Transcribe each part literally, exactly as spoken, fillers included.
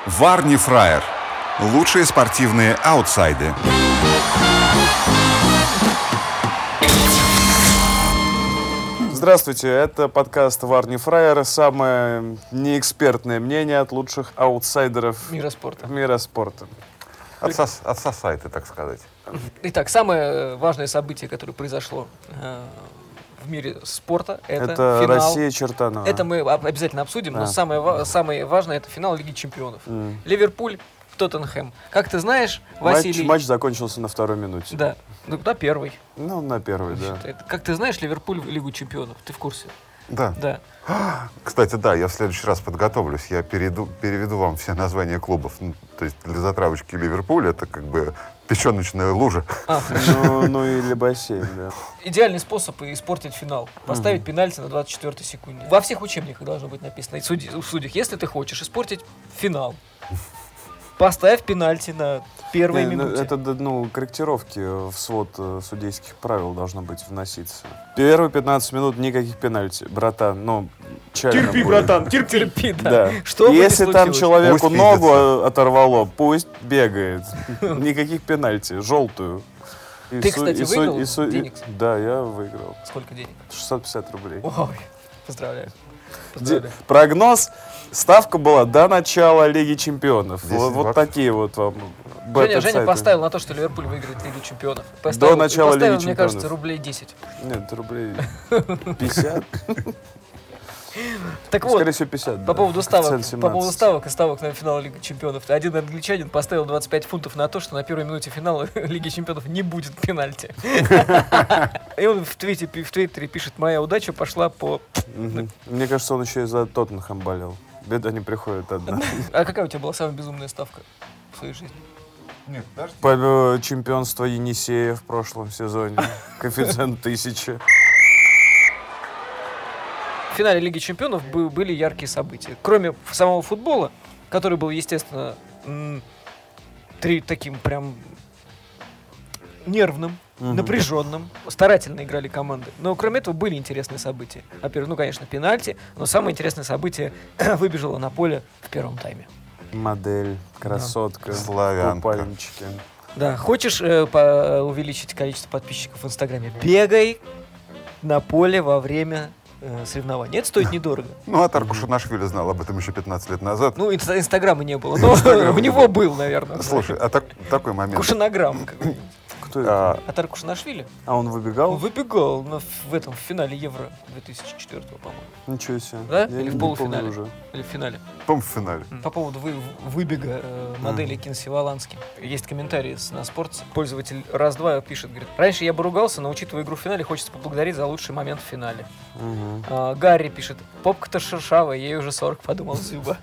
Варни Фраер. Лучшие спортивные аутсайды. Здравствуйте, это подкаст Варни Фраер. Самое неэкспертное мнение от лучших аутсайдеров мира спорта. Мира спорта. Отсос, отсосайте, так сказать. Итак, самое важное событие, которое произошло э, в мире спорта, это, это финал. Россия Чертанова. Это мы обязательно обсудим, да. но самое, самое важное — это финал Лиги Чемпионов. Mm. Ливерпуль, Тоттенхэм. Как ты знаешь, Василий... Матч, матч закончился на второй минуте. Да, ну, на первой. Ну, на первой, да. Это, как ты знаешь, Ливерпуль в Лигу Чемпионов. Ты в курсе? Да. Да. Кстати, да, я в следующий раз подготовлюсь. Я перейду, переведу вам все названия клубов. Ну, то есть для затравочки Ливерпуль это как бы песчаночная лужа. А, ну, ну или бассейн, да. Идеальный способ испортить финал. Поставить mm-hmm. пенальти на двадцать четвёртой секунде. Во всех учебниках должно быть написано, в судьях, если ты хочешь испортить финал, поставь пенальти на первой Не, минуте. Это, ну, корректировки в свод судейских правил должно быть вноситься. Первые пятнадцать минут никаких пенальти, братан, ну, чайно терпи, будет. братан, терпи, терпи, да. да. Что Если там человеку пусть ногу пиздится. оторвало, пусть бегает. Никаких пенальти, желтую. И Ты, су- кстати, и су- выиграл и су- денег? и- Да, я выиграл. Сколько денег? шестьсот пятьдесят рублей. Ой, поздравляю. поздравляю. Прогноз, ставка была до начала Лиги Чемпионов. Вот, вот такие вот вам. Женя, Женя поставил на то, что Ливерпуль выиграет Лигу Чемпионов. Поставил, До начала поставил, Лиги мне Чемпионов. кажется, рублей десять. Нет, рублей пятьдесят. Так вот, скорее всего, пятьдесят. по да. поводу ставок, семнадцать. по поводу ставок и ставок на финал Лиги Чемпионов. Один англичанин поставил двадцать пять фунтов на то, что на первой минуте финала Лиги Чемпионов не будет пенальти. И он в твите, в твиттере пишет: моя удача пошла по... Мне кажется, он еще и за Тоттенхэм болел. Беда не приходит одна. А какая у тебя была самая безумная ставка в своей жизни? Нет, подожди. По чемпионство Енисея в прошлом сезоне. Коэффициент тысяча. В финале Лиги Чемпионов бы- были яркие события. Кроме самого футбола, который был, естественно, м- три, таким прям нервным, Мгм. напряженным. Старательно играли команды. Но кроме этого были интересные события. Во-первых, ну, конечно, пенальти. Но самое интересное событие выбежало на поле в первом тайме. Модель, красотка, Славянка. купальнички. Да, хочешь э, по- увеличить количество подписчиков в Инстаграме? Бегай на поле во время э, соревнований. Это стоит недорого. Ну, а Тарку Шанашвили знал об этом еще пятнадцать лет назад. Ну, инста- Инстаграма не было, но Инстаграма у не него было. был, наверное. Слушай, а так, такой момент. Кушанограмма какой-нибудь. Кто это? А, Атар Кушанашвили? А он выбегал? Он выбегал на, в этом в финале Евро две тысячи четвёртого, по-моему. Ничего себе. Да? Я Или не в полуфинале? помню уже. Или в финале. по-моему, в финале. По поводу вы, выбега э, модели Кинси Валански. Есть комментарий с, на спорте. Пользователь раз-два пишет, говорит: раньше я бы ругался, но учитывая игру в финале, хочется поблагодарить за лучший момент в финале. Мгм. А, Гарри пишет: попка-то шершавая, ей уже сорок, подумал Зюба.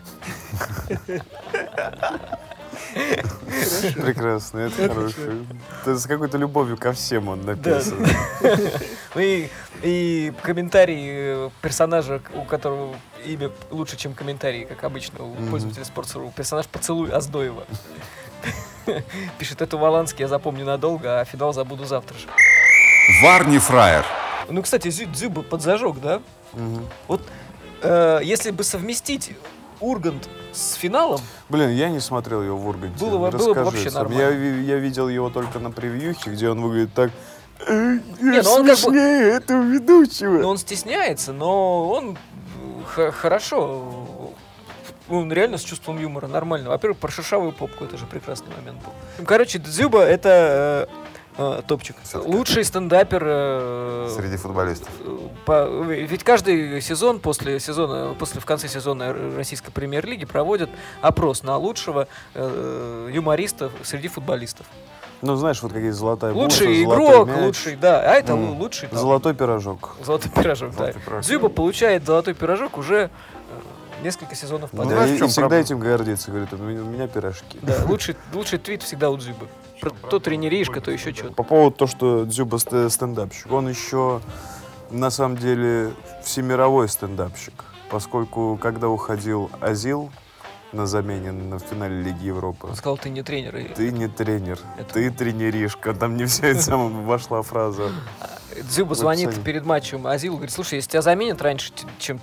Прекрасно, это хорошее. Это с какой-то любовью ко всем он написан. И, и комментарий персонажа, у которого имя лучше, чем комментарий, как обычно у пользователя Sports.ru. Персонаж «Поцелуй Оздоева». Пишет: эту Валански я запомню надолго, а финал забуду завтра же. Варни Фраер. Ну, кстати, Зю- Дзюба подзажег, да? Мгм. Вот э, если бы совместить Ургант с финалом, Блин, я не смотрел его в Урганте. Было бы- было бы Расскажи вообще сам. нормально. Я, ви- я видел его только на превьюхе, где он выглядит так... Не, ну он как бы- смешнее этого ведущего. ну, он стесняется, но он э, х- хорошо. Он реально с чувством юмора, нормально. Во-первых, про шершавую попку, это же прекрасный момент был. Короче, Дзюба — это э, э, топчик. Всё-таки. Лучший стендапер э, Среди футболистов. по- ведь каждый сезон, после сезона, после в конце сезона российской премьер-лиги проводят опрос на лучшего э, юмориста среди футболистов. Ну, знаешь, вот какие золотая Лучший буса, золотой игрок, мяч, лучший, да, а это М. лучший там, Золотой пирожок. золотой пирожок, Золотой да. пирожок. Дзюба получает золотой пирожок уже э, несколько сезонов Ну, подряд. знаешь, и, в чем и всегда проблема? этим гордится. Говорит, у меня, у меня пирожки. Да, лучший, лучший твит всегда у Дзюбы. Про- То тренеришка, то еще что-то. По поводу того, что Дзюба ст- стендапщик, он еще на самом деле всемировой стендапщик, поскольку когда уходил Азил на замене на финале Лиги Европы, Он сказал: ты не тренер. И ты не тренер, Это- ты тренеришка. Там не вся эта самая вошла фраза. Дзюба звонит Абсолютно. перед матчем Азилу, говорит: слушай, если тебя заменят раньше, т- чем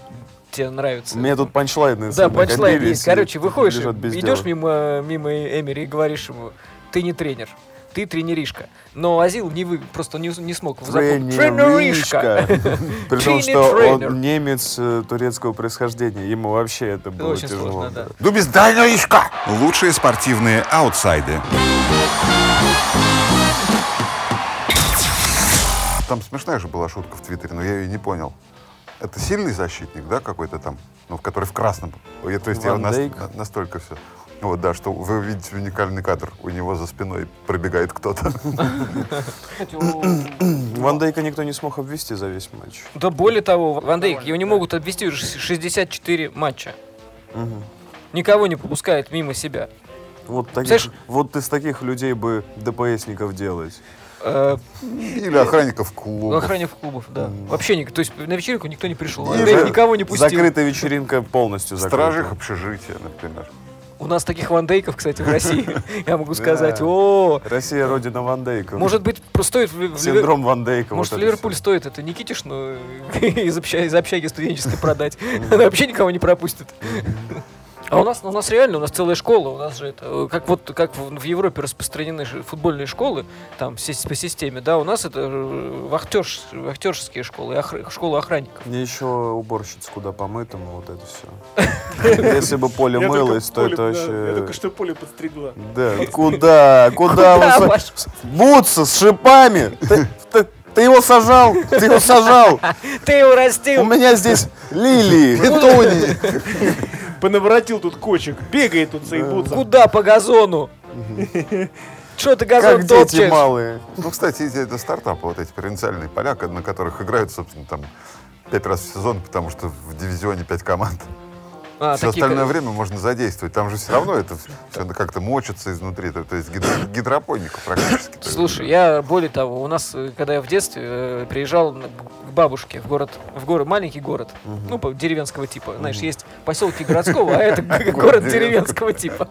тебе нравится. Мне тут панчлайны Да, панчлайн накопились, есть. Короче, выходишь, лежат без идешь дела. мимо, мимо Эмери и говоришь ему, ты не тренер, ты тренеришка. Но Азил не вы, просто не, не смог запомнить. Тренеришка. При том, что Тренер. он немец э, турецкого происхождения. Ему вообще это было Очень тяжело. сложно, да. Ну, без дальнишка! Лучшие спортивные аутсайды. Там смешная же была шутка в Твиттере, но я ее не понял. Это сильный защитник, да, какой-то там, ну, в который в красном. Я, то есть я Ван нас- Дейк? на- настолько все. Вот, да, что вы видите уникальный кадр. У него за спиной пробегает кто-то. Ван Дейка никто не смог обвести за весь матч. Да более того, Ван Дейк, его не могут обвести уже шестьдесят четыре матча. Мгм. Никого не пропускает мимо себя. Вот, таких, Представляешь? вот из таких людей бы ДПСников делать. Э, Или охранников клуба. Охранников клубов, да. Вообще никто. То есть на вечеринку никто не пришел. Ван Или Дейк никого не пустил. Закрытая вечеринка полностью закрыта. Стражих общежития, например. У нас таких Ван Дейков, кстати, в России, я могу сказать. Да. О, Россия родина Ван Дейка. может быть, просто стоит в в Ливер- Синдром Ван Дейка. Может, вот в это Ливерпуль всё. стоит это Никитишну из, общаги, из общаги студенческой продать. Она вообще никого не пропустит. А у нас, у нас реально, у нас целая школа, у нас же это, как вот, как в, в Европе распространены же футбольные школы, там, сис- по системе, да, у нас это э, вахтерш, вахтерские школы, охр- школа охранников. Мне еще уборщица куда помытому, вот это все. Если бы поле Я мылось, то только это поле, да, Я вообще... только что поле подстригла. Да, куда? Куда Да, вы... Паш, са- Бутса с шипами! Ты, ты- ты его сажал? Ты его сажал? ты его У растил! меня здесь лилии, петунии. Понаворотил тут кочек, бегает тут заебутся. Куда по газону? Что ты Как газон дети топчешь? малые. Ну, кстати, эти- это стартапы, вот эти провинциальные поля, ко- на которых играют, собственно, там пять раз в сезон, потому что в дивизионе пять команд. А, Все такие, остальное как- время можно задействовать. Там же все равно это все как-то мочится изнутри. То, то есть гидро- гидропоника практически. То есть, Слушай, я более того, у нас, э, когда я в детстве э, приезжал на- к бабушке в город, в город, маленький город, ну, по- деревенского типа. Знаешь, есть поселки городского, а это г- город деревенского типа.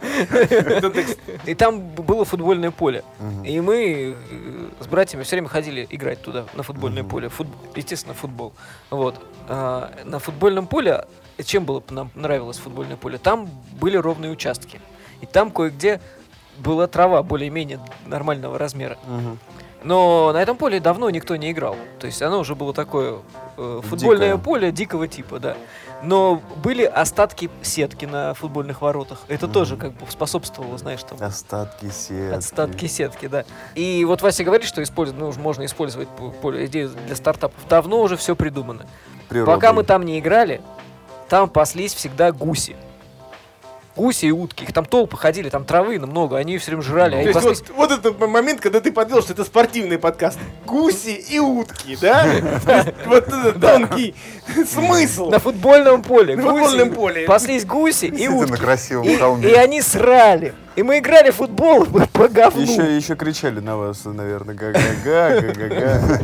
И там б- было футбольное поле. И мы э, с братьями все время ходили играть туда, на футбольное поле. Фут- Естественно, футбол. Вот. А, На футбольном поле, чем было нам нравилось футбольное поле? Там были ровные участки. И там кое-где была трава более-менее нормального размера. Мгм. Но на этом поле давно никто не играл. То есть оно уже было такое э, футбольное Дикое. поле дикого типа, да. Но были остатки сетки на футбольных воротах. Это тоже как бы способствовало, знаешь, там Остатки сетки. отстатки сетки, да. И вот Вася говорит, что использовать, ну, уже можно использовать п- поле идею для стартапов. Давно уже все придумано. Природой. Пока мы там не играли, там паслись всегда гуси. Гуси и утки. Их там толпы ходили, там травы много, они ее все время жрали. То они есть паслись. вот, вот этот м- момент, когда ты подвел, что это спортивный подкаст. Гуси и утки, да? То есть вот этот тонкий смысл. На футбольном поле. На гуси. футбольном поле. Паслись гуси и Сидя на утки. красивом И, холме. и они срали. И мы играли в футбол по говну. Еще, еще кричали на вас, наверное, га-га-га, га-га-га.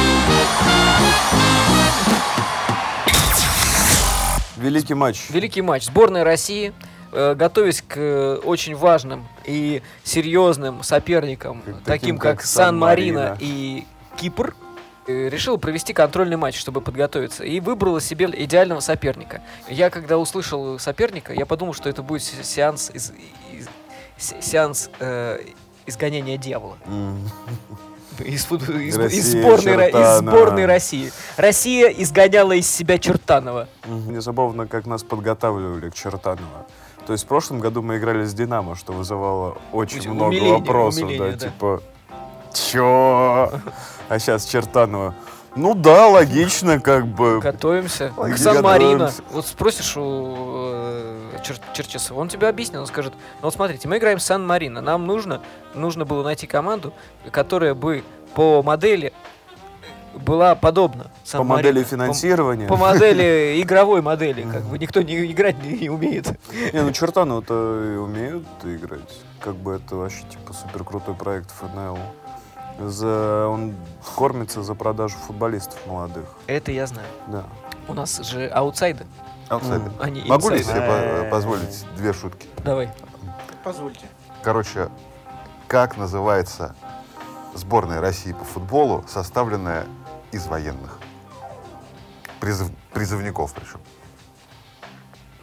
Великий матч. Великий матч. Сборная России, э, готовясь к э, очень важным и серьезным соперникам, Как- таким, таким как, как Сан-Марино Сан-Марино. и Кипр, э, решила провести контрольный матч, чтобы подготовиться, и выбрала себе идеального соперника. Я, когда услышал соперника, я подумал, что это будет се- сеанс, из- из- се- сеанс э, изгонения дьявола. М. Из, фут- из- из Россия, сборной, Ро- из Чертана. сборной России. Россия изгоняла из себя Чертанова. Мне забавно, как нас подготавливали к Чертаново. То есть в прошлом году мы играли с «Динамо», что вызывало очень Очень много умиление, вопросов. умиление, да, да. типа, чё? А сейчас Чертаново. Ну да, логично, как бы. Готовимся к Логично. Сан-Марино. Готовимся. Вот спросишь у э, Чер- Черчесова, он тебе объяснит, он скажет, ну вот смотрите, мы играем с Сан-Марино, нам нужно, нужно было найти команду, которая бы по модели была подобна По Сан-Марино. модели По- финансирования. По, модели, игровой модели, как бы никто не играть не, не умеет. Не, ну Чертаново-то и умеют играть. Как бы это вообще типа супер крутой проект эф эн эл. За... Он кормится за продажу футболистов молодых. Это я знаю. Да. У нас же аутсайды, Аутсайдер. они Могу ли инсайды. себе по- позволить две шутки? Давай. Позвольте. Короче, как называется сборная России по футболу, составленная из военных? Призыв- призывников причем.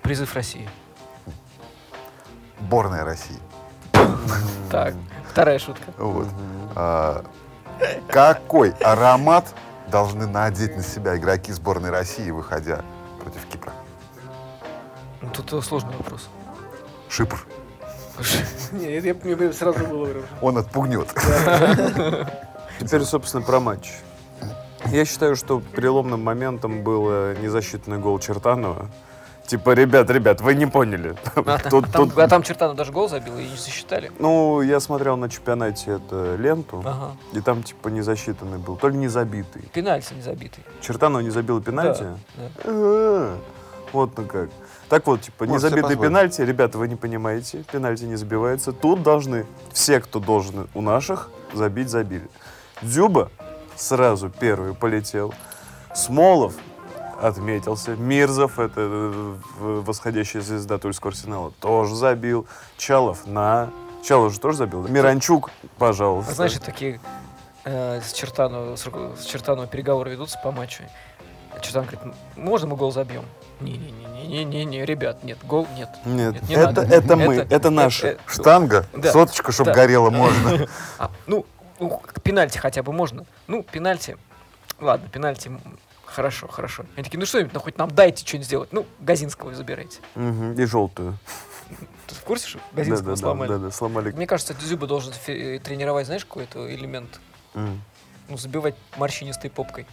Призыв России. Сборная России. Так, вторая шутка. Вот. А, какой аромат должны надеть на себя игроки сборной России, выходя против Кипра? Ну, тут э, сложный вопрос. Шипр. Нет, я, мне сразу было уже. Он отпугнет. Теперь, собственно, про матч. Я считаю, что переломным моментом был э, незасчитный гол Чертанова. Типа, ребят, ребят, вы не поняли. А, Тут- там, тут- а там Чертанов даже гол забил и не засчитали. Ну, я смотрел на чемпионате эту ленту, Ага. и там, типа, не засчитанный был, то ли не забитый. Пенальти не забитый. Чертанов не забил пенальти? Да, да. А, Вот ну как. Так вот, типа, не Может себе забитый позволить. пенальти, ребята, вы не понимаете, пенальти не забивается. Тут должны все, кто должен у наших, забить, забили. Дзюба сразу первый полетел. Смолов отметился. Мирзов, это э, восходящая звезда Тульского Арсенала, тоже забил. Чалов на... Чалов же тоже забил. да? Миранчук, пожалуйста. А знаешь, такие э, с Чертанова, с, руко- с Чертанова переговоры ведутся по матчу. Чертанов говорит, можно мы гол забьем? Не-не-не-не-не-не, ребят, нет, гол нет. Нет, не это, надо. это мы, это, наши. э, Штанга, Да. соточка, чтобы Да. горело можно. а, ну, ну, пенальти хотя бы можно. Ну, пенальти, ладно, пенальти, м, хорошо, хорошо. Они такие, ну что-нибудь, ну хоть нам дайте что-нибудь сделать. Ну, Газинского забирайте. Мгм, и желтую. Ты в курсе, что Да, Газинского да, сломали? да, да, сломали. Мне кажется, Дзюба должен фи- тренировать, знаешь, какой-то элемент? М. Ну, забивать морщинистой попкой.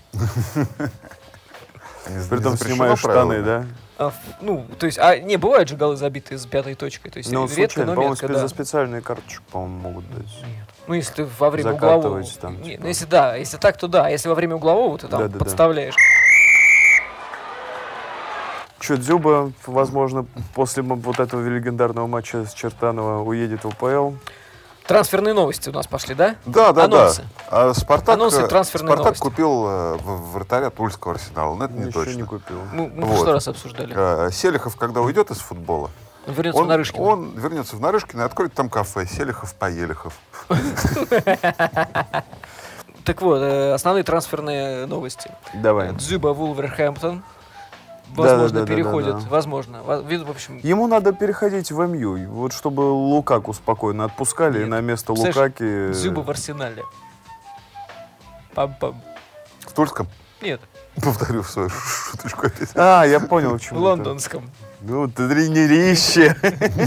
Не- не Притом запрещено снимаешь штаны, правилами? да? А, ф- ну, то есть, а не, бывают же голы забитые с пятой точкой. То есть, Ну, редко, случайно, но по-моему, метко, спе- да. за специальную карточку, по-моему, могут дать. Нет. Ну, если ты во время углового... Закатывать там, Не, типа. ну, если да, если так, то да. А если во время углового ты там Да-да-да. подставляешь. Че, Дзюба, возможно, после м- вот этого легендарного матча с Чертанова уедет в АПЛ. Трансферные новости у нас пошли, да? Да, да, Анонсы. да. А Спартак, Анонсы, э, трансферные Спартак новости. купил э, в- вратаря Тульского Арсенала, но это не Еще точно. не купил. Мы, мы в Вот. прошлый раз обсуждали. Э, Селихов, когда уйдет из футбола, Он вернется он, в Нарышкино. он вернется в Нарышкино и откроет там кафе Селихов поелихов. Так вот, э, основные трансферные новости. Давай. Дзюба Вулверхэмптон. Возможно, Да-да-да-да-да-да. переходит. Возможно. Во- В общем, Ему надо переходить в МЮ, вот чтобы Лукаку спокойно отпускали, Нет. и на место Представляешь, Лукаки... Дзюба в Арсенале. Пам-пам. В Тульском, Нет, повторю свою шуточку опять. А, я понял, в почему. лондонском. Ну, ты тренерище.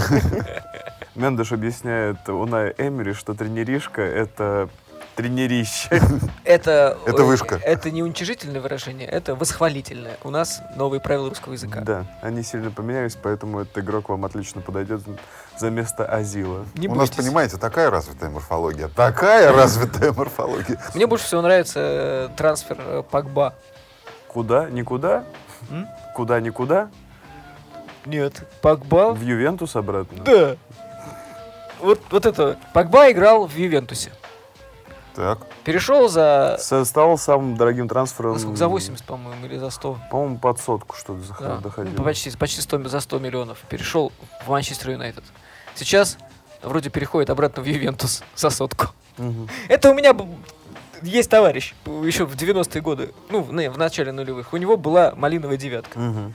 Мендеш объясняет Унай Эмери, что тренеришка — это тренерище. Это, Это э, вышка. Это не уничижительное выражение, это восхвалительное. У нас новые правила русского языка. Да, они сильно поменялись, поэтому этот игрок вам отлично подойдет за место Азила. Не У нас, бойтесь. понимаете, такая развитая морфология. Такая развитая морфология. Мне больше всего нравится э, трансфер э, Погба. Куда? Никуда? М? Куда-никуда? Нет. Погба? В Ювентус обратно? Да. Вот, вот это. Погба играл в Ювентусе. Так. Перешел за... С- Стал самым дорогим трансфером. ну, сколько, за восемьдесят, по-моему, или за сто. По-моему, под сотку что-то Да. заход- доходило. Ну, почти, почти сто, за сто миллионов. Перешел в Манчестер Юнайтед. Сейчас вроде переходит обратно в Ювентус за сотку. Мгм. Это у меня б- есть товарищ, еще в девяностые годы, ну, в, не, в начале нулевых. У него была малиновая девятка. Мгм.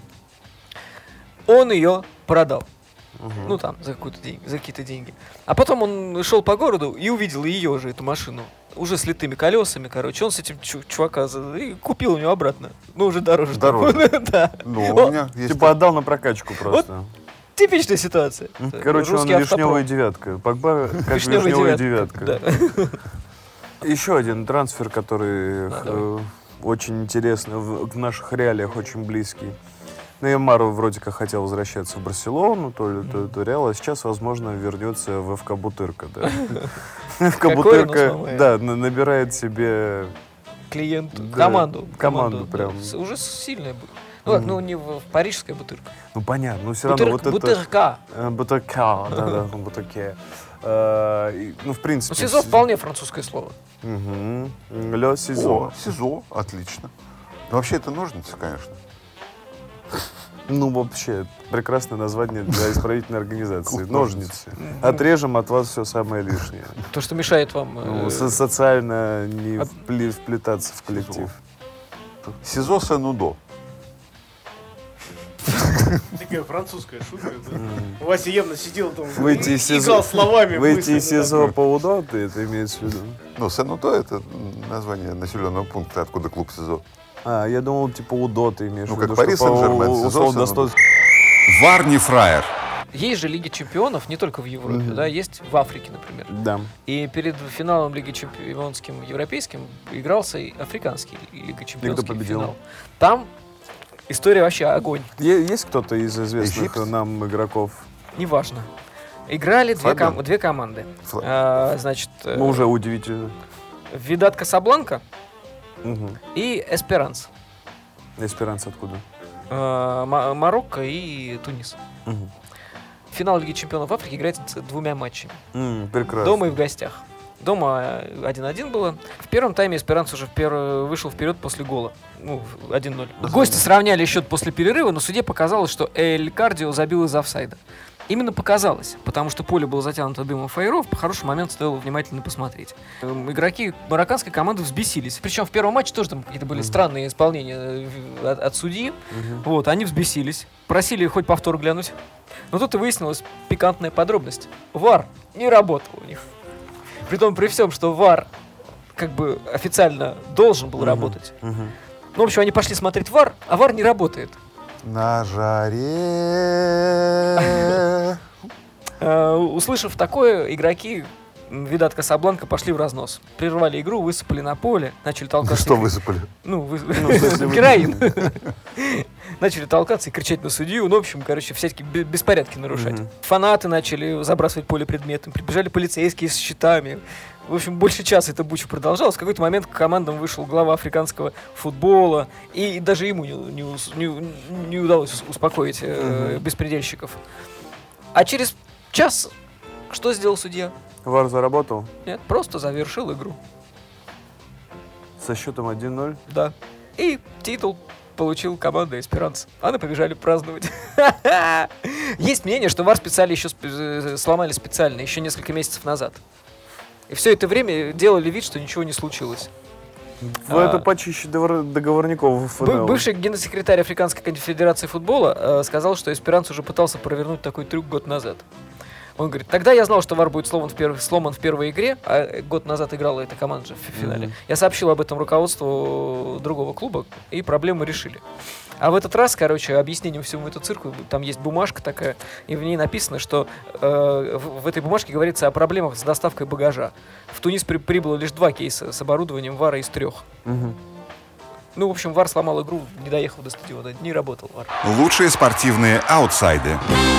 Он ее продал. Мгм. Ну, там, за, какую-то день- за какие-то деньги. А потом он шел по городу и увидел ее же, эту машину. Уже с литыми колесами, короче. Он с этим чу- чувака за- и купил у него обратно. Ну, уже дороже. Дороже. Да. Ну, О, у меня есть... Типа отдал на прокачку просто. Типичная ситуация. М, Короче, он Русский автопром. вишневая девятка. Погба как Вишневая вишневая девятка. девятка. Да. Еще один трансфер, который Да, э, очень интересный, в, в наших реалиях очень близкий. Неймар вроде как хотел возвращаться в Барселону, то ли то, то Реал, а сейчас, возможно, вернется в ФК Бутырка. Да. ФК Какой Бутырка, он основной? да, на- набирает себе... Клиенту. Да, Команду. команду да. прям. С- Уже сильная. бу- Ну, как, ну, не в, в парижская бутырка. Ну, понятно, но все равно Бутырк- вот это... бутырка. Э, Бутырка, да-да, бутырке. Э, и, Ну, в Ну, принципе... СИЗО вполне французское слово. Мгм. Ле О, Сизо. СИЗО, отлично. Ну, вообще, это ножницы, конечно. Ну, вообще, прекрасное название для исправительной организации. Клуб Ножницы. Отрежем от вас все самое лишнее. То, что мешает вам... э, Ну, со- социально не от- впли- вплетаться в коллектив. СИЗО Сен-Удо. Такая французская шутка. Да? Вася явно сидел там, Выйти из играл СИЗО, словами. выйти из мысленно, СИЗО по УДО, ты это имеешь в виду? Ну, Сен-Удо — это название населенного пункта, откуда клуб СИЗО. А, я думал, типа УДО ты имеешь Ну, в как виду. Пари что по Сен-Жермен, у- СИЗО, условно Сен-Удо. достоин- Вар не фраер. Есть же Лиги Чемпионов не только в Европе, Мгм. да, есть в Африке, например. Да. И перед финалом Лиги Чемпионским европейским игрался и африканский Лига Чемпионский победил? финал. Там история вообще огонь, Е- Есть кто-то из известных Египет? нам игроков? неважно. Играли две, Фабиан? ком- две команды. Фла- А, значит, э, Ну, уже удивительно. Видат Касабланка Мгм. и Эсперанс. Эсперанца откуда? Э, Ма- Марокко и Тунис. Мгм. Финал Лиги Чемпионов Африки играется двумя матчами. М, Прекрасно. Дома и в гостях. Дома э, один-один было. В первом тайме Эсперанс уже в пер- вышел вперед после гола. Ну, один ноль. Гости сравняли счет после перерыва, но судье показалось, что Эль Кардио забил из офсайда. Именно показалось, потому что поле было затянуто дымом фаеров, по хороший момент стоило внимательно посмотреть. Эм, Игроки марокканской команды взбесились. Причем в первом матче тоже там какие-то были странные исполнения э, в- от, от судьи. Мгм. Вот, они взбесились. Просили хоть повтор глянуть. Но тут и выяснилась пикантная подробность. ВАР не работал у них. Притом при всем, что ВАР как бы официально должен был Мгм. работать. Мгм. Ну, в общем, они пошли смотреть ВАР, а ВАР не работает. На жаре. Э, услышав такое, игроки м, Видат Касабланка пошли в разнос. Прервали игру, высыпали на поле, начали толкаться. Что и кри- высыпали? Ну, вы- в смысле, вы- героин. Начали толкаться и кричать на судью. Ну, в общем, короче, всякие бе- беспорядки нарушать. Мгм. Фанаты начали забрасывать поле предметами. Прибежали полицейские с щитами. В общем, больше часа эта буча продолжалась. В какой-то момент к командам вышел глава африканского футбола. И даже ему не, не ус- не- не удалось ус- успокоить э, Мгм. беспредельщиков. А через час что сделал судья? ВАР заработал Нет, просто завершил игру. со счетом один ноль. Да. И титул получил команда Эсперанс. Они побежали праздновать. Есть мнение, что ВАР специально еще сп- э, сломали специально, еще несколько месяцев назад. И все это время делали вид, что ничего не случилось. Ну, А. это почище договор- договорников в Бы- ФНЛ. Бывший генсекретарь Африканской конфедерации футбола э, сказал, что Эсперанс уже пытался провернуть такой трюк год назад. Он говорит, тогда я знал, что ВАР будет сломан в, перв- сломан в первой игре, а э, год назад играла эта команда же в фи- финале. Мгм. Я сообщил об этом руководству другого клуба, и проблему решили. А в этот раз, короче, объяснением всему этому цирку, там есть бумажка такая, и в ней написано, что э, в, в этой бумажке говорится о проблемах с доставкой багажа. В Тунис при- прибыло лишь два кейса с оборудованием ВАРа из трех. Мгм. Ну, в общем, ВАР сломал игру, не доехал до стадиона, не работал ВАР. Лучшие спортивные аутсайды.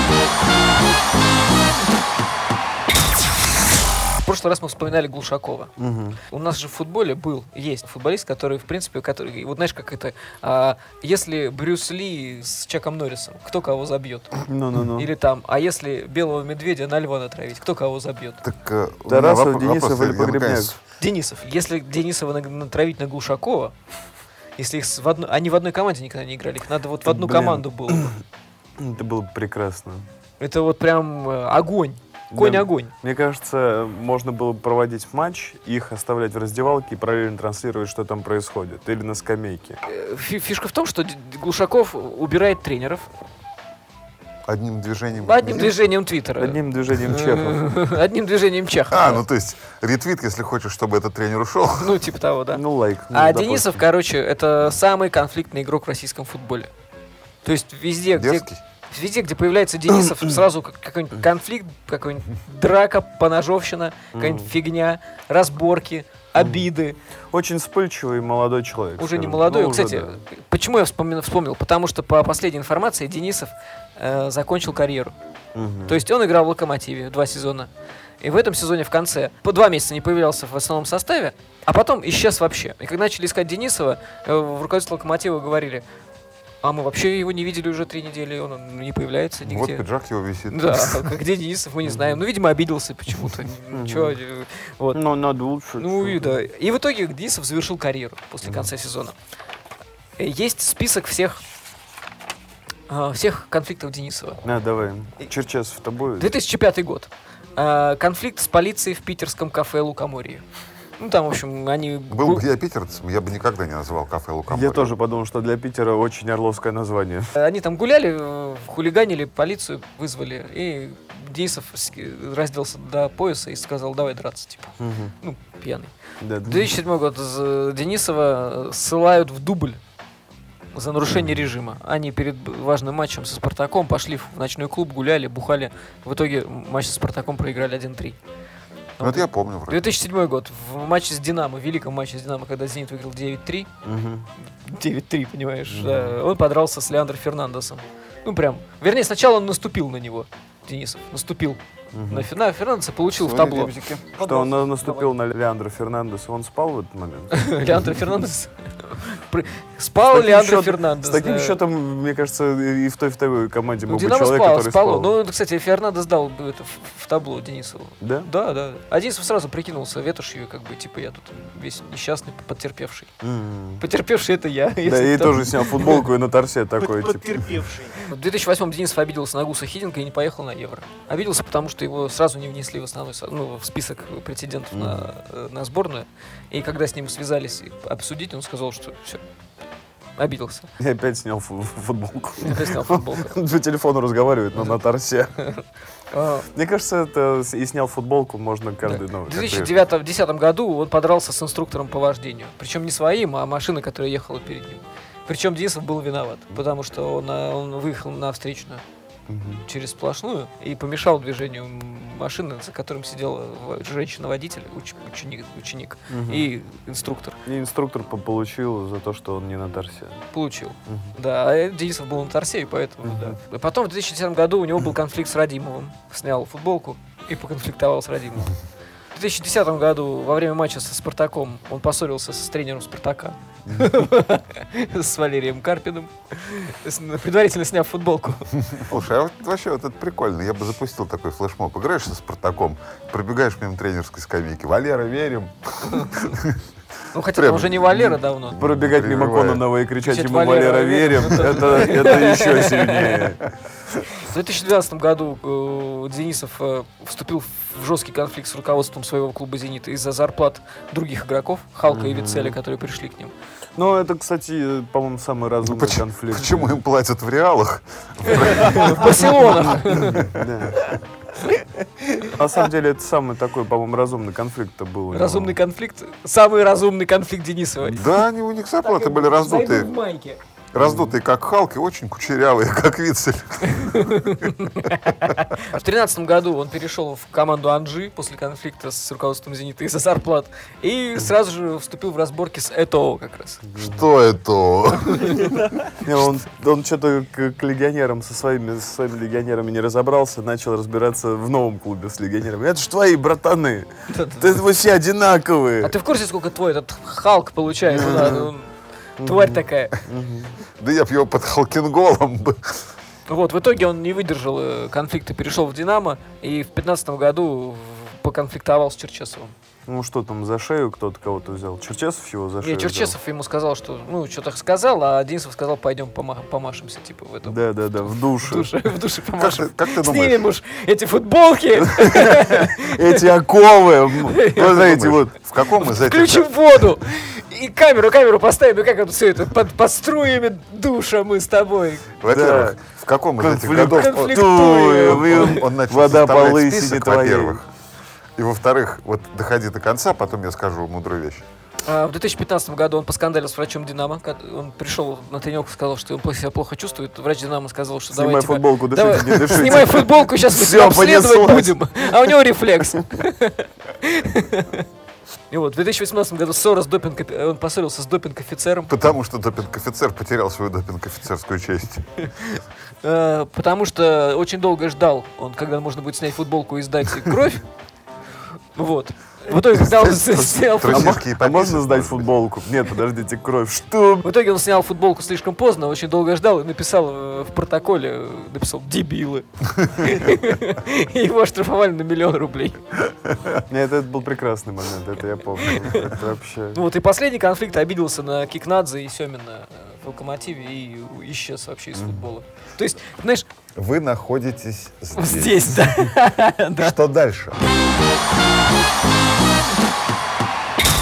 В прошлый раз мы вспоминали Глушакова. Мгм. У нас же в футболе был, есть футболист, который, в принципе, который, вот знаешь, как это, а, если Брюс Ли с Чаком Норрисом, кто кого забьет? Ну-ну-ну. Или там, а если белого медведя на льва натравить, кто кого забьет? Так, э, у Тарасов, меня воп- Денисов вопрос, или я наконец- Погребняк? Денисов. Если Денисова на- натравить на Глушакова, если их с- в одну- они в одной команде никогда не играли, их надо вот в одну Блин. команду было бы. Это было бы прекрасно. Это вот прям э, огонь. Конь-огонь. Мне кажется, можно было бы проводить матч, их оставлять в раздевалке и параллельно транслировать, что там происходит. Или на скамейке. Э, фи- Фишка в том, что Д- Глушаков убирает тренеров Одним движением. одним движением Твиттера. Одним движением Чехов. Одним движением Чеха. А, ну то есть ретвит, если хочешь, чтобы этот тренер ушел. Ну, типа того, да. Ну, лайк. ну, А допустим. Денисов, короче, это самый конфликтный игрок в российском футболе. То есть везде, где, Дерзкий. везде, где появляется Денисов, сразу как- какой-нибудь конфликт, какой-нибудь драка, поножовщина, какая-нибудь фигня, разборки, обиды. Очень вспыльчивый молодой человек. Уже не скажем. молодой. Ну, уже Кстати, да. почему я вспомнил, вспомнил? Потому что по последней информации Денисов э, закончил карьеру. Мгм. То есть он играл в «Локомотиве» два сезона. И в этом сезоне в конце по два месяца не появлялся в основном составе, а потом исчез вообще. И когда начали искать Денисова, э, в руководстве «Локомотива» говорили, а мы вообще его не видели уже три недели, он не появляется Вот нигде. пиджак его висит. Да, а где Денисов, мы не знаем. Ну, видимо, обиделся почему-то. Ничего, э, вот. Ну, надо лучше. Ну и да. И в итоге Денисов завершил карьеру после конца сезона. Э, Есть список всех а, всех конфликтов Денисова. На, давай. Черчесов-то будет? две тысячи пятый год. А, Конфликт с полицией в питерском кафе «Лукоморье». Ну, там, в общем, они... Был бы я питерцем, я бы никогда не называл кафе Лукоморье. Я тоже подумал, что для Питера очень орловское название. Они там гуляли, э, хулиганили, полицию вызвали, и Денисов с- разделся до пояса и сказал, давай драться, типа. Мгм. Ну, пьяный. Да, две тысячи седьмой год. З- Денисова ссылают в дубль за нарушение режима. Они перед важным матчем со Спартаком пошли в ночной клуб, гуляли, бухали. В итоге матч со Спартаком проиграли один-три. Ну, это я помню вроде. две тысячи седьмой год. В матче с Динамо, в великом матче с Динамо, когда Зенит выиграл девять-три. Мгм. девять-три, понимаешь? Да, он подрался с Леандро Фернандесом. Ну, прям. Вернее, сначала он наступил на него, Денисов. Наступил Мгм. на Ферна- Фернандеса, получил в Свои табло. лебедики. Что он на- наступил на Леандро Фернандеса, он спал в этот момент? Леандро Фернандес. При- Спал С таким Леандро счетом- Фернандес. С таким да. счетом, мне кажется, и в той, и в той команде Ну, был бы Динамо человек, спал, который спало. спал. Ну, кстати, Фернандес дал бы это в, в табло Денисову. Да? Да, да. А Денисов сразу прикинулся ветошью, как бы, типа, я тут весь несчастный, потерпевший. М. Потерпевший это я. Да, если и кто. тоже снял футболку и на торсе такой, Под- типа. Потерпевший. В две тысячи восьмом Денисов обиделся на Гуса Хидинга и не поехал на Евро. Обиделся, потому что его сразу не внесли в основной, со- ну, в список претендентов на, э, на сборную. И когда с ним связались и обсудить, он сказал, что все, обиделся. И опять снял фу- футболку. Опять снял футболку. Он по телефону разговаривает, но на торсе. А, Мне кажется, это с- и снял футболку можно каждый В новый. две тысячи десятом году он подрался с инструктором по вождению. Причем не своим, а машиной, которая ехала перед ним. Причем Денисов был виноват, потому что он, а, он выехал на встречную через сплошную и помешал движению м, машины, за которым сидела в- женщина-водитель, уч- ученик, ученик и инструктор. И инструктор по- получил за то, что он не на торсе. Получил. Мгм. Да, а Денисов был на торсе, и поэтому, да. А потом в две тысячи десятом году у него был конфликт с Радимовым. Снял футболку и поконфликтовал с Радимовым. В две тысячи десятом году во время матча со Спартаком он поссорился с тренером Спартака. С Валерием Карпиным. С- Предварительно сняв футболку. Слушай, а вот вообще вот это прикольно. Я бы запустил такой флешмоб. Играешь со Спартаком, пробегаешь мимо тренерской скамейки. Валера, верим. Ну, хотя Прям. он уже не Валера давно. Пробегать мимо Прерывая. Кононова и кричать Кричать ему «Валера, «Валера, верим», это, это еще сильнее. В две тысячи двенадцатом году э, Денисов э, вступил в жесткий конфликт с руководством своего клуба «Зенит» из-за зарплат других игров, Халка и Вицеля, которые пришли к ним. Ну, это, кстати, по-моему, самый разумный Почему, конфликт. почему им платят в реалах? В Барселонах. Да. На самом деле, это самый такой, по-моему, разумный конфликт-то был. у него. Разумный конфликт. Самый разумный конфликт Денисова. Да, они, у них зарплаты были раздутые. Зайду в майке. Раздутые, как Халк, и очень кучерявые, как Вицель. В тринадцатом году он перешел в команду Анжи после конфликта с руководством «Зенита» из-за зарплат. И сразу же вступил в разборки с ЭТО как раз. Что это? Не, он, он что-то к, к легионерам со своими, со своими легионерами не разобрался, начал разбираться в новом клубе с легионерами. Это ж твои братаны. Это вы все одинаковые. А ты в курсе, сколько твой этот Халк получает? Да, ну, тварь такая. Да я б его под Халкинголом бы. Вот, в итоге он не выдержал э, конфликта, перешел в «Динамо» и в пятнадцатом году в- поконфликтовал с Черчесовым. Ну что там, за шею кто-то кого-то взял? Черчесов его за шею Не, Черчесов ему сказал, что, ну, что-то сказал, а Денисов сказал, пойдем пома- помашемся, типа, в этом. взял? Да, да, да, в В душе. душе, в душе Как ты, помашем. как ты Снимем думаешь? уж эти футболки, Эти оковы, м, вот эти вот. В каком из этих... включим воду и камеру, камеру поставим, и как это все это, под, под струями душа мы с тобой. Во-первых, в каком из этих Конфликт- годов он- Конфликтуем. он, он начал Вода составлять по лысине список, твоей. во-первых. И во-вторых, вот доходи до конца, потом я скажу мудрую вещь. А, В две тысячи пятнадцатом году он поскандалил с врачом «Динамо». Ко- Он пришел на тренировку, сказал, что он плохо- себя плохо чувствует. Врач «Динамо» сказал, что Снимай давай, типа, футболку, давай, дышите, не дышите. снимай футболку, сейчас мы Всё, тебя обследовать понеслась. будем. А у него рефлекс. И вот в две тысячи восемнадцатом году ссора с допинг, он поссорился с допинг-офицером, Потому что допинг-офицер потерял свою допинг-офицерскую честь. э, потому что очень долго ждал, он, когда можно будет снять футболку и сдать кровь. Вот. В итоге, когда он снял А, футболку, мо- Российские а можно пописаны, сдать может быть? футболку? Нет, подождите, кровь. Что? в итоге он снял футболку слишком поздно, очень долго ждал и написал э, в протоколе, э, написал «дебилы». И его оштрафовали на миллион рублей. Нет, это был прекрасный момент, это я помню. Это вообще... Ну вот и последний конфликт обиделся на Кикнадзе и Семина э, в «Локомотиве» и исчез вообще из футбола. То есть, знаешь, Вы находитесь здесь. здесь, да. Да. Что дальше?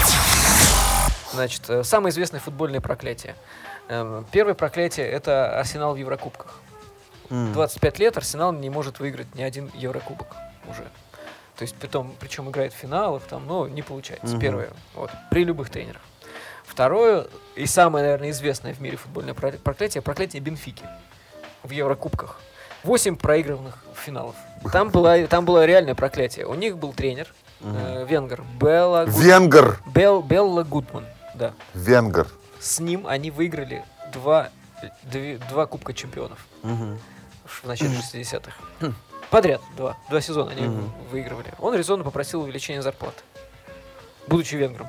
Значит, э, самое известное футбольное проклятие. Эм, Первое проклятие — это Арсенал в Еврокубках. М. двадцать пять лет Арсенал не может выиграть ни один Еврокубок уже. То есть, притом, причем играет в финалах, там, но не получается. Мгм. Первое. Вот, при любых тренерах. Второе, и самое, наверное, известное в мире футбольное про- проклятие, проклятие Бенфики в Еврокубках. Восемь проигранных финалов. Там, была, там было реальное проклятие. У них был тренер, э, венгер, Белла, Гуд- Венгер. Бел- Белла Гудман. Да. Венгер. С ним они выиграли два, две- два Кубка чемпионов Мгм. в начале шестидесятых. Подряд два. Два сезона они Мгм. выигрывали. Он резонно попросил увеличения зарплаты, будучи венгром.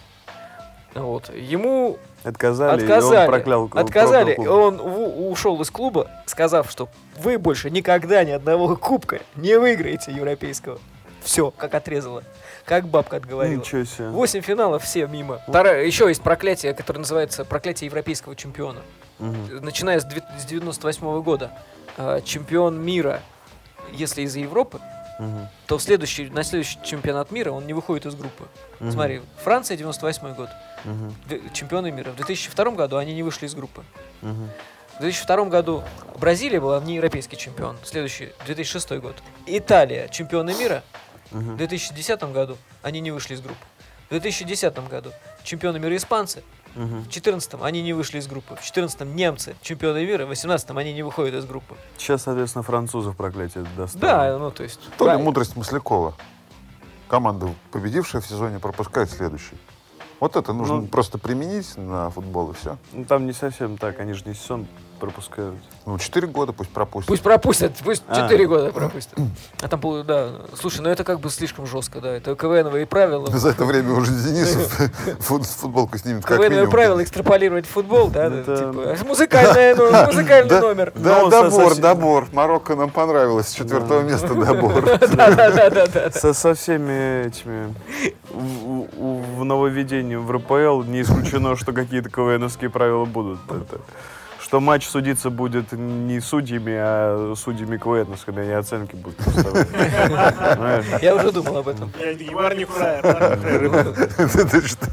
Вот. Ему Отказали, и отказали. он проклял клуб- отказали. проклял клуб. Он у- ушел из клуба, сказав, что вы больше никогда ни одного кубка не выиграете европейского. Все, как отрезало. Как бабка отговорила. Ничего себе. Восемь финалов, все мимо. Второе, еще есть проклятие, которое называется проклятие европейского чемпиона. Мгм. Начиная с две- с девяносто восьмого года. э, Чемпион мира, если из Европы, Мгм. то в следующий, на следующий чемпионат мира он не выходит из группы. Мгм. Смотри, Франция, девяносто восьмой год. Мгм. Две- Чемпионы мира. В две тысячи втором году они не вышли из группы. Мгм. В две тысячи втором году Бразилия была внеевропейский чемпион. Следующий, две тысячи шестой год. Италия, чемпионы мира. В Мгм. две тысячи десятом году они не вышли из группы. В две тысячи десятом году чемпионы мира испанцы. Мгм. В две тысячи четырнадцатом они не вышли из группы. В две тысячи четырнадцатом немцы, чемпионы мира. В две тысячи восемнадцатом они не выходят из группы. Сейчас, соответственно, французов проклятие достало. Да, ну то есть... То ли да, мудрость Маслякова. Команда, победившая в сезоне, пропускает следующий. Вот это нужно Ну, просто применить на футбол и все. Ну, там не совсем так, они же не сезон пропускают. Ну, четыре года пусть пропустят. Пусть пропустят, пусть А. четыре года пропустят. А там, было, да, слушай, ну это как бы слишком жестко, да, это КВНовые правила. За это время уже Денисов фут- футболку снимет как КВНовые минимум. правила экстраполировать в футбол, да, да, Это- типа, музыкальный, ну, музыкальный Да, номер. Да, Но добор, совсем- добор. Марокко нам понравилось. С четвертого места добор. Да-да-да-да. Со, со всеми этими в, в- в нововведении в РПЛ не исключено, что какие-то КВНовские правила будут. Это, что матч судиться будет не судьями, а судьями КВНовскими, они оценки будут поставлять. Понимаешь? Я уже думал об этом. Варни Фраер. Варни Фраер. Это что?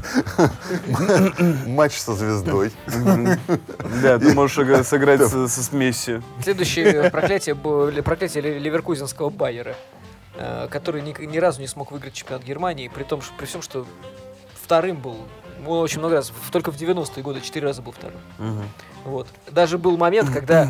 Матч со звездой. Да, ты можешь игра- сыграть со, со- с Месси. Следующее проклятие было проклятие Ле- Ливеркузенского Байера, э, который ни, ни разу не смог выиграть чемпионат Германии, при том, что, при всем, что вторым был. Он очень много раз, в- только в девяностые годы четыре раза был вторым. Мгм. Вот. Даже был момент, когда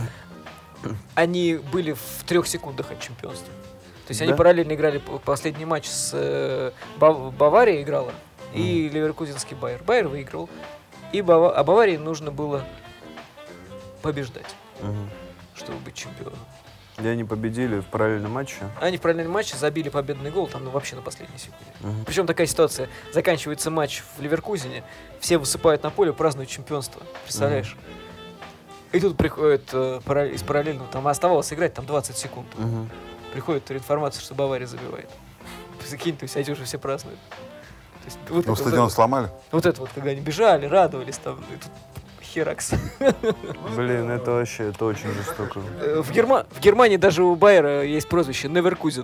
они были в трех секундах от чемпионства. То есть они Да? параллельно играли п- последний матч с э, Бав- Бавария играла и Ливеркузенский Байер. Байер выиграл, и Бава- а Баварии нужно было побеждать, Мгм. чтобы быть чемпионом. И они победили в параллельном матче. Они в параллельном матче забили победный гол, там ну, вообще на последней секунде. Мгм. Причем такая ситуация, заканчивается матч в Ливеркузене, все высыпают на поле, празднуют чемпионство, представляешь? И тут приходит э, пара- из параллельного, там оставалось играть там двадцать секунд. Мгм. Приходит информация, что Бавария забивает. Закинь, то есть эти уже все празднуют. То есть, вот, Ну, это, стадион вот, сломали. вот это вот, когда они бежали, радовались, там, и тут херакс. Блин, это вообще, это очень жестоко. Э, В, Герма- в Германии даже у Байера есть прозвище Неверкузен.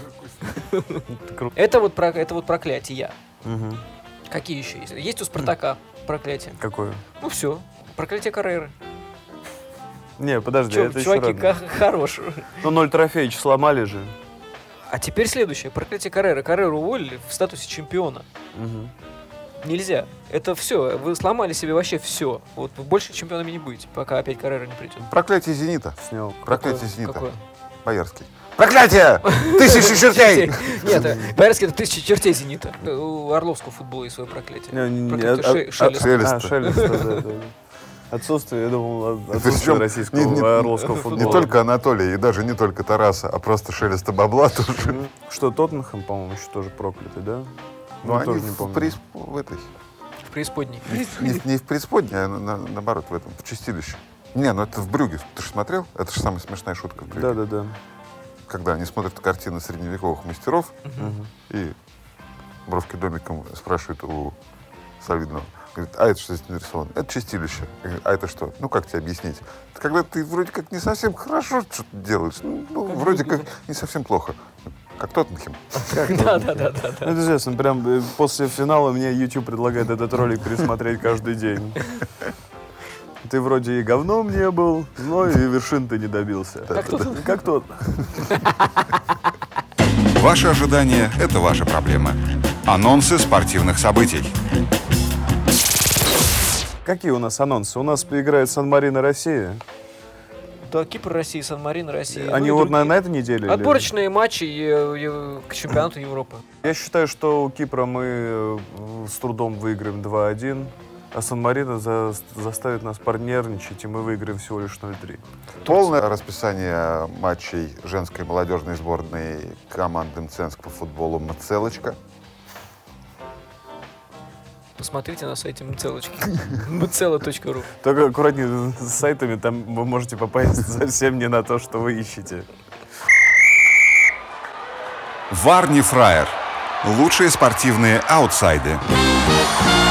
Это круто. Это вот, про- это вот проклятие. Мгм. Какие еще есть? Есть у Спартака проклятие. Какое? Ну все, проклятие Карреры. Не, подожди, Чё, это еще чуваки, рано. ка- хорош. Ну, ноль трофеев сломали же. А теперь следующее. Проклятие Карреры. Карреру уволили в статусе чемпиона. Мгм. Нельзя. Это все. Вы сломали себе вообще все. Вот вы больше чемпионами не будете, пока опять Каррера не придет. Проклятие «Зенита». Снял. Проклятие «Зенита». Какое? Боярский. Проклятие! Тысячи чертей! Нет, э, Боярский — это тысяча чертей «Зенита». У Орловского футбола есть свое проклятие. Не, не, не, Проклятие а- Ше- а- Шелеста. Шелеста. А, Шелеста, да, да, да. Отсутствие, я думал, Причем отсутствие российского не- не- орловского футбола. Не только Анатолия, и даже не только Тараса, а просто Шелеста бабла тоже. Мгм. Что, Тоттенхэм, по-моему, еще тоже проклятый, да? Ну, Ну, они тоже не в, помню. преисп- в этой... В преисподней. Не, не в преисподней, а на- наоборот, в этом, в чистилище. Не, ну это в Брюге. Ты же смотрел? Это же самая смешная шутка в Брюге. Да, да, да. Когда они смотрят картины средневековых мастеров, Мгм. и бровки домиком спрашивают у Солидного. Говорит, а это что здесь нарисовано? Это чистилище. Я говорю, а это что? Ну, как тебе объяснить? Это когда ты вроде как не совсем хорошо что-то делаешь, ну, ну, вроде как не совсем плохо. Как как Тоттенхэм. Да, да, да, да. Ну, это известно, прям э, после финала мне YouTube предлагает этот ролик пересмотреть каждый день. Ты вроде и говном не был, но и вершин ты не добился. Как тот. Как тот. Ваши ожидания – это ваша проблема. Анонсы спортивных событий. Какие у нас анонсы? У нас поиграет Сан-Марино Россия. Да, Кипр России, Сан-Марино России. Они ну и вот на, другие. на этой неделе? или- Отборочные матчи э, э, к чемпионату Европы. Я считаю, что у Кипра мы э, с трудом выиграем два один, а Сан-Марино за- заставит нас понервничать, и мы выиграем всего лишь ноль три. Полное расписание матчей женской молодежной сборной команды Мценск по футболу «Мцелочка». Посмотрите на сайте мцелочки. мцела точка ру. Только аккуратнее с сайтами, там вы можете попасть совсем не на то, что вы ищете. Варни Фраер. Лучшие спортивные аутсайды.